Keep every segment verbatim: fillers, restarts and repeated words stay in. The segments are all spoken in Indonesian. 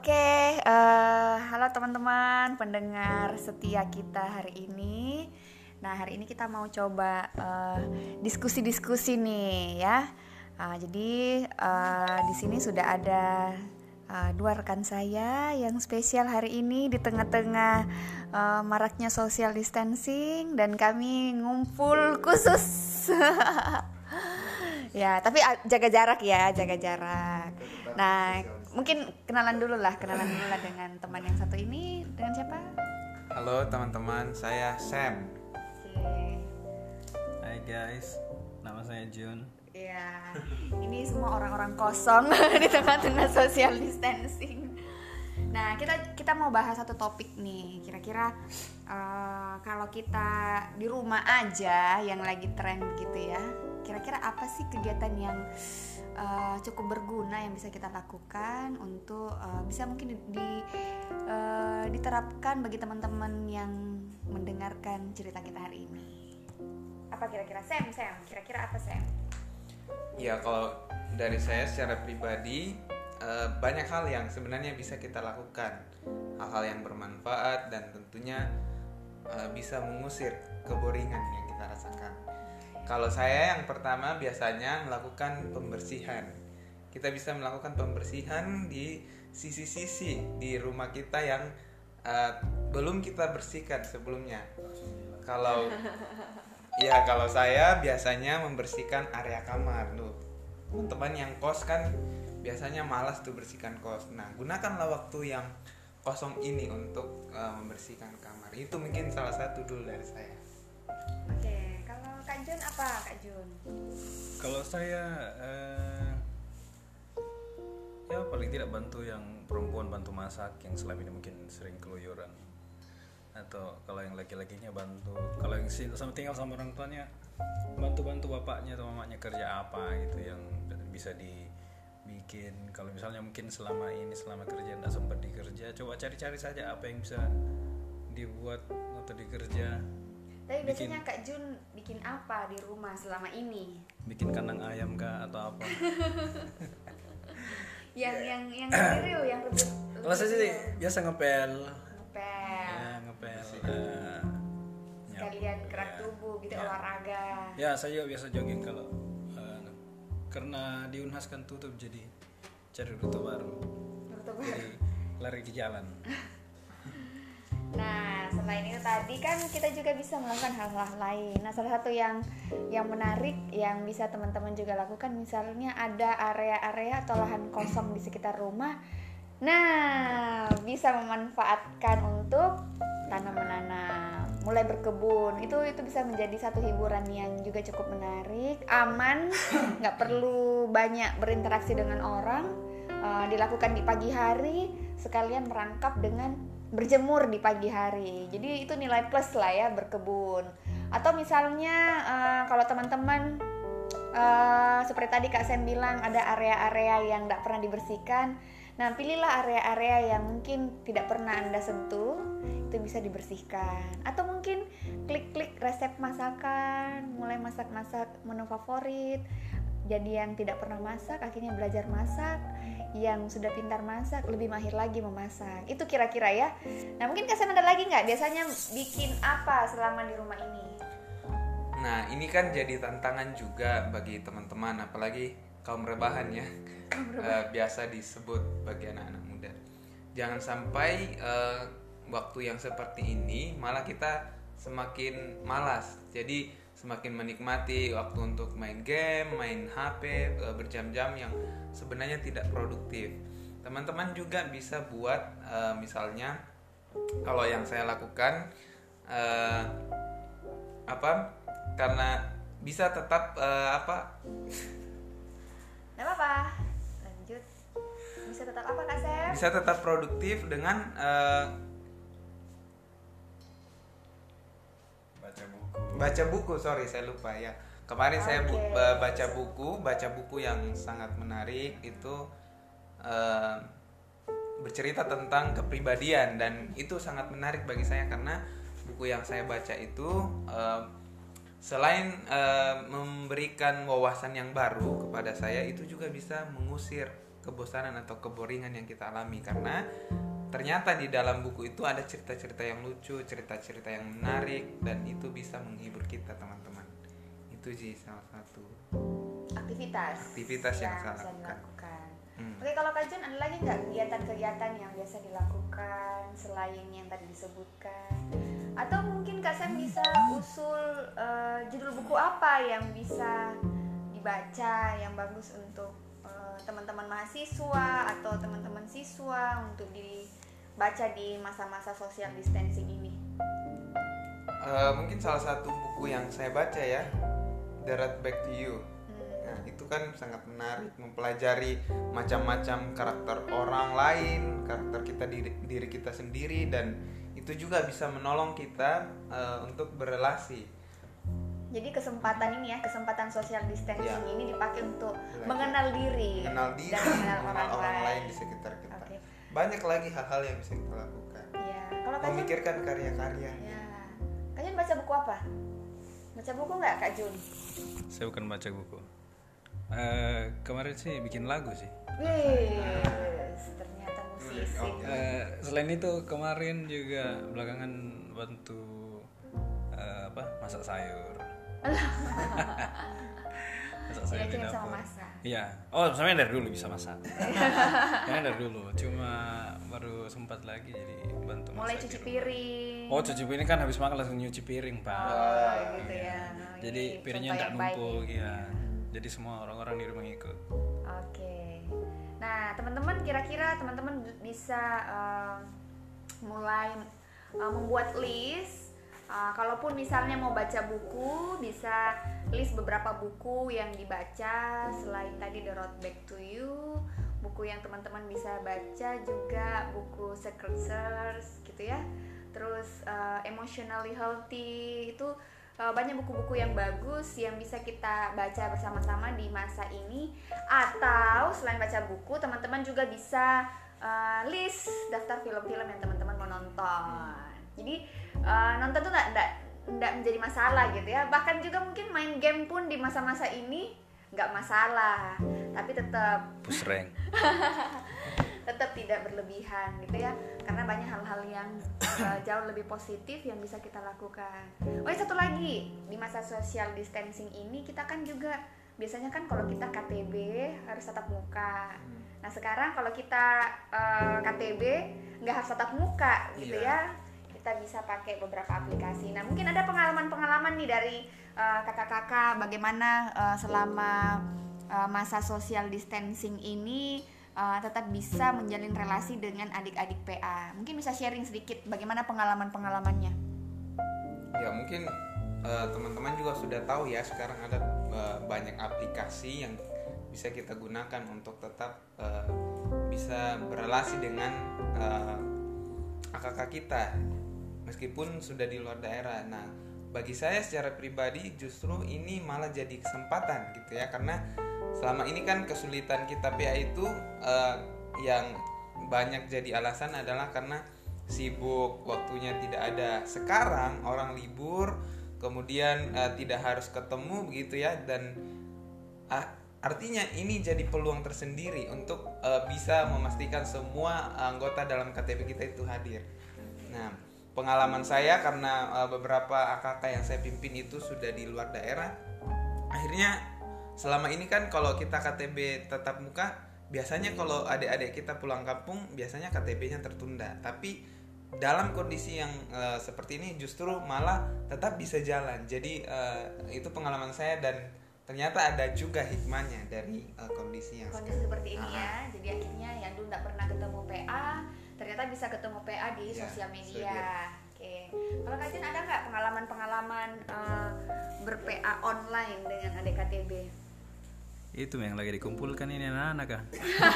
Oke, eh, halo teman-teman pendengar setia kita hari ini. Nah, hari ini kita mau coba eh, diskusi-diskusi nih ya. Ah, jadi eh, di sini sudah ada eh, dua rekan saya yang spesial hari ini di tengah-tengah eh, maraknya social distancing dan kami ngumpul khusus. Ya, tapi ah, jaga jarak ya, jaga jarak. Nah, mungkin kenalan dulu lah, kenalan dulu lah dengan teman yang satu ini. Dengan siapa? Halo teman-teman, saya Sam. Oke. Hai guys, nama saya Jun. Ya, ini semua orang-orang kosong di tengah-tengah social distancing. Nah, kita kita mau bahas satu topik nih. Kira-kira uh, kalau kita di rumah aja yang lagi tren gitu ya. Kira-kira apa sih kegiatan yang uh, cukup berguna yang bisa kita lakukan untuk uh, bisa mungkin di, di, uh, diterapkan bagi teman-teman yang mendengarkan cerita kita hari ini. Apa kira-kira Sam? Sam, kira-kira apa Sam? Ya, kalau dari saya secara pribadi uh, banyak hal yang sebenarnya bisa kita lakukan, hal-hal yang bermanfaat dan tentunya uh, bisa mengusir keboringan yang kita rasakan. Kalau saya yang pertama biasanya melakukan pembersihan. Kita bisa melakukan pembersihan di sisi-sisi di rumah kita yang uh, belum kita bersihkan sebelumnya. Kalau ya kalau saya biasanya membersihkan area kamar tuh. Teman-teman yang kos kan biasanya malas tuh bersihkan kos. Nah, gunakanlah waktu yang kosong ini untuk uh, membersihkan kamar. Itu mungkin salah satu dulu dari saya. Oke. Kak Jun apa Kak Jun? Kalau saya eh, ya paling tidak bantu yang perempuan bantu masak yang selama ini mungkin sering keluyuran, atau kalau yang laki-lakinya bantu, kalau yang sama tinggal sama orang tuanya bantu-bantu bapaknya atau mamanya kerja apa gitu yang bisa dibikin. Kalau misalnya mungkin selama ini selama kerja tidak sempat dikerja, coba cari-cari saja apa yang bisa dibuat atau dikerja. Tapi bikin, biasanya Kak Jun bikin apa di rumah selama ini? Bikin kandang ayam kah atau apa? yang yang yang real, yang lebih. Kalau saya sih biasa ngepel. Ngepel. Ya, ngepel. Uh, Sekalian gerak ya, tubuh gitu, ya. Olahraga. Ya, saya juga biasa jogging kalau uh, karena di Unhas kan tutup, jadi cari rute baru. Rute baru. Jadi lari di jalan. Nah, selain itu tadi kan kita juga bisa melakukan hal-hal lain. Nah, salah satu yang yang menarik yang bisa teman-teman juga lakukan, misalnya ada area-area atau lahan kosong di sekitar rumah. Nah, bisa memanfaatkan untuk tanam-menanam, mulai berkebun. Itu itu bisa menjadi satu hiburan yang juga cukup menarik, aman, nggak perlu banyak berinteraksi dengan orang. Uh, dilakukan di pagi hari, sekalian merangkap dengan berjemur di pagi hari. Jadi itu nilai plus lah ya berkebun. Atau misalnya uh, kalau teman-teman uh, seperti tadi Kak Sam bilang ada area-area yang tidak pernah dibersihkan. Nah, pilihlah area-area yang mungkin tidak pernah Anda sentuh, itu bisa dibersihkan. Atau mungkin klik-klik resep masakan, mulai masak-masak menu favorit. Jadi yang tidak pernah masak akhirnya belajar masak, yang sudah pintar masak lebih mahir lagi memasak. Itu kira-kira ya. Nah, mungkin Kak Sam ada lagi nggak? Biasanya bikin apa selama di rumah ini? Nah, ini kan jadi tantangan juga bagi teman-teman, apalagi kaum rebahan ya. uh, biasa disebut bagi anak-anak muda. Jangan sampai uh, waktu yang seperti ini malah kita semakin malas. Jadi semakin menikmati waktu untuk main game, main H P, berjam-jam yang sebenarnya tidak produktif. Teman-teman juga bisa buat uh, misalnya kalau yang saya lakukan uh, apa karena bisa tetap uh, apa Nggak apa-apa, lanjut. Bisa tetap apa Kak Sam? Bisa tetap produktif dengan uh, baca buku. Baca buku, sorry saya lupa ya. Kemarin okay. saya bu- baca buku, baca buku yang sangat menarik itu uh, bercerita tentang kepribadian dan itu sangat menarik bagi saya karena buku yang saya baca itu uh, selain uh, memberikan wawasan yang baru kepada saya, itu juga bisa mengusir kebosanan atau keboringan yang kita alami, karena ternyata di dalam buku itu ada cerita-cerita yang lucu, cerita-cerita yang menarik, dan itu bisa menghibur kita teman-teman. Itu sih salah satu aktivitas aktivitas yang, yang saya bisa lakukan. dilakukan. Hmm. Oke, kalau Kak Jun ada lagi nggak kegiatan-kegiatan yang biasa dilakukan selain yang tadi disebutkan? Atau mungkin Kak Sam bisa usul uh, judul buku apa yang bisa dibaca yang bagus untuk uh, teman-teman mahasiswa atau teman-teman siswa untuk dibaca di masa-masa social distancing ini? Uh, mungkin salah satu buku yang saya baca ya, The Road Back to You. Nah, itu kan sangat menarik, mempelajari macam-macam karakter orang lain, karakter kita diri, diri kita sendiri, dan itu juga bisa menolong kita uh, untuk berrelasi. Jadi kesempatan ini ya, kesempatan social distancing ya, ini dipakai untuk belajar, mengenal diri, mengenal diri dan mengenal, mengenal orang, orang lain. lain di sekitar kita. Okay. Banyak lagi hal-hal yang bisa kita lakukan. Ya, kalau memikirkan karya-karya. Ya. Kalian baca buku apa? Baca buku nggak Kak Jun? Saya bukan baca buku. Uh, kemarin sih bikin lagu sih. Wih, ternyata musisi. Uh, selain itu kemarin juga belakangan bantu uh, apa masak sayur. Masak sayur di dapur. Sama masak. Iya. Oh, sebenarnya dari dulu bisa masak. Karena dari dulu, cuma baru sempat lagi jadi bantu masak. Mulai cuci piring. Oh, cuci piring kan habis makan langsung nyuci piring, Pak. Oh, gitu ya. Oh, jadi piringnya enggak numpuk ya. Jadi semua orang-orang di rumah ikut. Oke. Nah, teman-teman kira-kira teman-teman bisa uh, mulai uh, membuat list. Uh, kalaupun misalnya mau baca buku, bisa list beberapa buku yang dibaca selain tadi The Road Back to You. Buku yang teman-teman bisa baca juga buku Secret Source gitu ya. Terus uh, Emotionally Healthy itu Uh, banyak buku-buku yang bagus yang bisa kita baca bersama-sama di masa ini. Atau selain baca buku, teman-teman juga bisa uh, list daftar film-film yang teman-teman mau nonton. Jadi uh, nonton tuh nggak nggak menjadi masalah gitu ya. Bahkan juga mungkin main game pun di masa-masa ini nggak masalah, tapi tetap push rank. tetap tidak berlebihan gitu ya, karena banyak hal-hal yang uh, jauh lebih positif yang bisa kita lakukan. Oh ya, satu lagi, di masa social distancing ini kita kan juga biasanya kan kalau kita K T B harus tatap muka. Nah sekarang kalau kita uh, K T B nggak harus tatap muka gitu yeah. ya, kita bisa pakai beberapa aplikasi. Nah mungkin ada pengalaman-pengalaman nih dari uh, kakak-kakak bagaimana uh, selama uh, masa social distancing ini Uh, tetap bisa menjalin relasi dengan adik-adik P A. Mungkin bisa sharing sedikit bagaimana pengalaman-pengalamannya. Ya mungkin uh, teman-teman juga sudah tahu ya, sekarang ada uh, banyak aplikasi yang bisa kita gunakan untuk tetap uh, bisa berrelasi dengan uh, kakak kita meskipun sudah di luar daerah. Nah bagi saya secara pribadi justru ini malah jadi kesempatan gitu ya, karena selama ini kan kesulitan kita P A itu uh, yang banyak jadi alasan adalah karena sibuk, waktunya tidak ada. Sekarang orang libur, kemudian uh, tidak harus ketemu begitu ya, dan uh, artinya ini jadi peluang tersendiri untuk uh, bisa memastikan semua anggota dalam K T P kita itu hadir. Nah, pengalaman saya karena uh, beberapa A K K yang saya pimpin itu sudah di luar daerah, akhirnya selama ini kan kalau kita K T B tatap muka, biasanya kalau adik-adik kita pulang kampung biasanya K T B-nya tertunda. Tapi dalam kondisi yang uh, seperti ini justru malah tetap bisa jalan. Jadi uh, itu pengalaman saya, dan ternyata ada juga hikmahnya dari uh, kondisi yang kondisi sekarang. seperti ini ya. Jadi akhirnya yang dulu nggak pernah ketemu P A, ternyata bisa ketemu P A di ya, sosial media. sedia. Oke, kalau Kak Jun ada nggak pengalaman-pengalaman uh, ber-P A online dengan adik K T B? Itu yang lagi dikumpulkan ini anak-anak kan.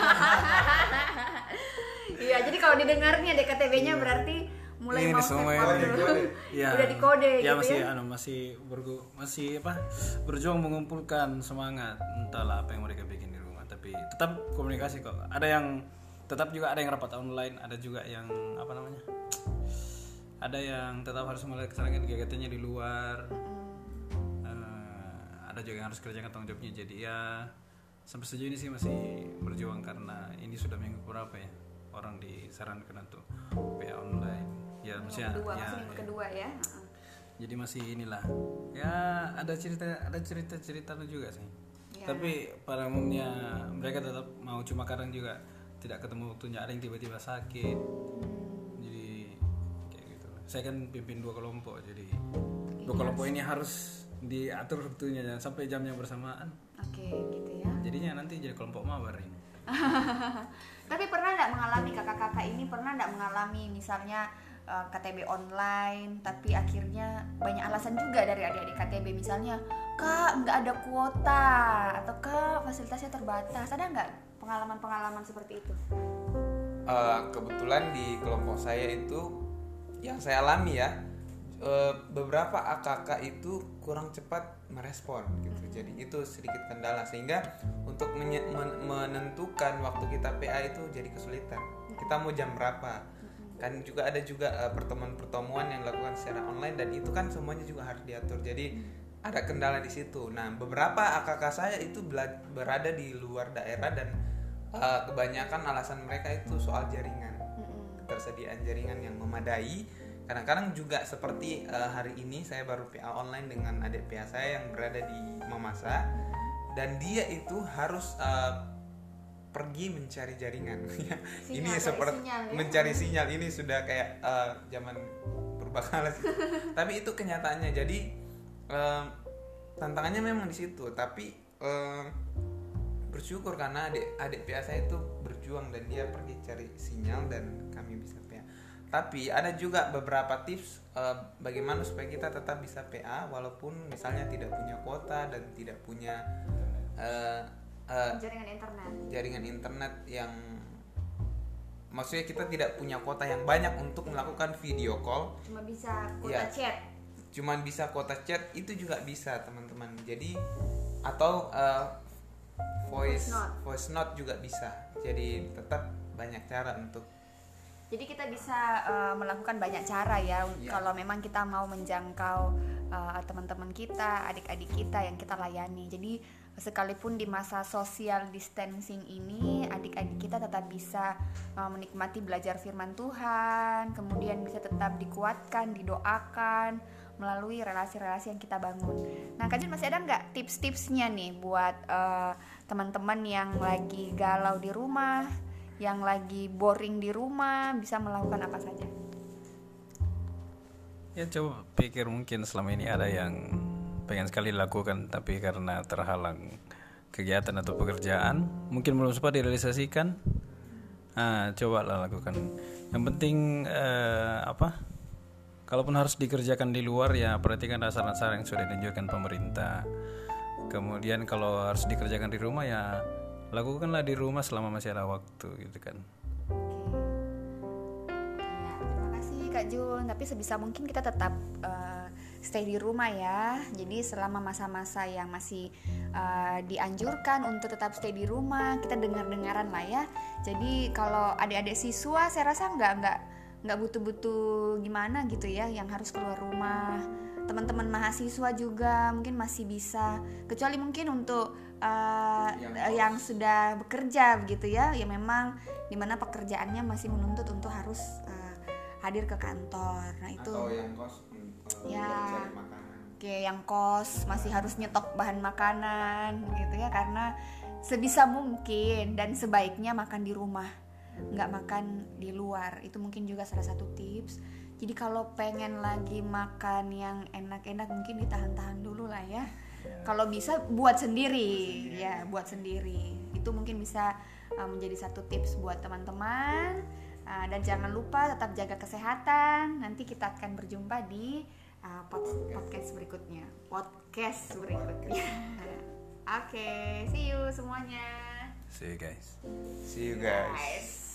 Iya, jadi kalau didengarnya D K T B-nya berarti mulai ini mau semua set ini. dulu. Ya, udah dikode ya, gitu masih, ya. Anu, masih bergu, masih apa? Berjuang mengumpulkan semangat. Entahlah apa yang mereka bikin di rumah, tapi tetap komunikasi kok. Ada yang tetap juga ada yang rapat online, ada juga yang apa namanya? Ada yang tetap harus melaksanakan kegiatannya di luar. Uh, ada juga yang harus kerjakan tanggung jawabnya, jadi ya sampai sejauh ini sih masih berjuang karena ini sudah minggu berapa ya orang disarankan untuk P A online. Ya Minggu maksudnya kedua, ya, masih minggu ya. kedua ya. Heeh. Jadi masih inilah. Ya ada cerita ada cerita-cerita juga sih. Ya. Tapi pada umumnya mereka tetap mau, cuma kadang juga tidak ketemu waktunya, ada yang tiba-tiba sakit. Jadi kayak gitu. Saya kan pimpin dua kelompok, jadi dua Iya. kelompok ini harus diatur waktunya jangan sampai jamnya bersamaan. Oke, gitu ya. Jadinya nanti jadi kelompok mabar ini. Tapi pernah nggak mengalami kakak-kakak ini pernah nggak mengalami misalnya uh, K T B online, tapi akhirnya banyak alasan juga dari adik-adik K T B, misalnya kak nggak ada kuota atau kak fasilitasnya terbatas, ada nggak pengalaman-pengalaman seperti itu? Uh, kebetulan di kelompok saya itu yang saya alami ya, uh, beberapa A K K itu kurang cepat merespon gitu. Jadi itu sedikit kendala sehingga untuk menye- men- menentukan waktu kita P A itu jadi kesulitan. Kita mau jam berapa? Kan juga ada juga uh, pertemuan-pertemuan yang dilakukan secara online dan itu kan semuanya juga harus diatur. Jadi ada kendala di situ. Nah, beberapa A K K saya itu bela- berada di luar daerah dan uh, kebanyakan alasan mereka itu soal jaringan. Ketersediaan jaringan yang memadai. Kadang-kadang juga seperti uh, hari ini saya baru P A online dengan adik P A saya yang berada di Mamasa dan dia itu harus uh, pergi mencari jaringan. Sinyal, ini cari seperti sinyal, ya? mencari sinyal ini sudah kayak uh, zaman purbakala sih. Tapi itu kenyataannya. Jadi uh, tantangannya memang di situ. Tapi uh, bersyukur karena adik adik P A saya itu berjuang dan dia pergi cari sinyal dan kami bisa P A. Tapi ada juga beberapa tips uh, bagaimana supaya kita tetap bisa P A walaupun misalnya tidak punya kuota dan tidak punya uh, uh, Jaringan internet. jaringan internet yang maksudnya kita tidak punya kuota yang banyak untuk melakukan video call. Cuma bisa kuota Iya. chat. Cuman bisa kuota chat itu juga bisa teman-teman. Jadi atau uh, voice Voice note. voice note juga bisa. Jadi tetap banyak cara untuk Jadi kita bisa uh, melakukan banyak cara ya, Ya. kalau memang kita mau menjangkau uh, teman-teman kita, adik-adik kita yang kita layani. Jadi sekalipun di masa social distancing ini, adik-adik kita tetap bisa uh, menikmati belajar firman Tuhan, kemudian bisa tetap dikuatkan, didoakan melalui relasi-relasi yang kita bangun. Nah, Kak Jun masih ada nggak tips-tipsnya nih buat uh, teman-teman yang lagi galau di rumah, yang lagi boring di rumah, bisa melakukan apa saja? Ya coba pikir, mungkin selama ini ada yang pengen sekali dilakukan tapi karena terhalang kegiatan atau pekerjaan mungkin belum sempat direalisasikan. Nah, coba lah lakukan. Yang penting eh, apa? Kalaupun harus dikerjakan di luar, ya perhatikan saran-saran yang sudah dianjurkan pemerintah. Kemudian kalau harus dikerjakan di rumah, ya lakukanlah di rumah selama masih ada waktu gitu kan. Oke. Ya, terima kasih Kak Jun. Tapi sebisa mungkin kita tetap uh, stay di rumah ya. Jadi selama masa-masa yang masih uh, dianjurkan untuk tetap stay di rumah, kita dengar-dengaran lah ya. Jadi kalau adik-adik siswa, saya rasa nggak nggak nggak butuh-butuh gimana gitu ya, yang harus keluar rumah. Teman-teman mahasiswa juga mungkin masih bisa, kecuali mungkin untuk uh, Yang yang sudah bekerja begitu ya, ya memang dimana pekerjaannya masih menuntut untuk harus uh, hadir ke kantor. Nah itu atau yang kos uh, Ya. cari makanan. Oke, yang kos masih harus nyetok bahan makanan gitu ya, karena sebisa mungkin dan sebaiknya makan di rumah, nggak makan di luar. Itu mungkin juga salah satu tips. Jadi kalau pengen lagi makan yang enak-enak mungkin ditahan-tahan dulu lah ya. Kalau bisa buat sendiri, ya buat sendiri. Itu mungkin bisa uh, menjadi satu tips buat teman-teman. Uh, dan jangan lupa tetap jaga kesehatan. Nanti kita akan berjumpa di uh, pod- podcast berikutnya. Podcast berikutnya. Oke, okay, see you semuanya. See you guys. See you guys. Guys.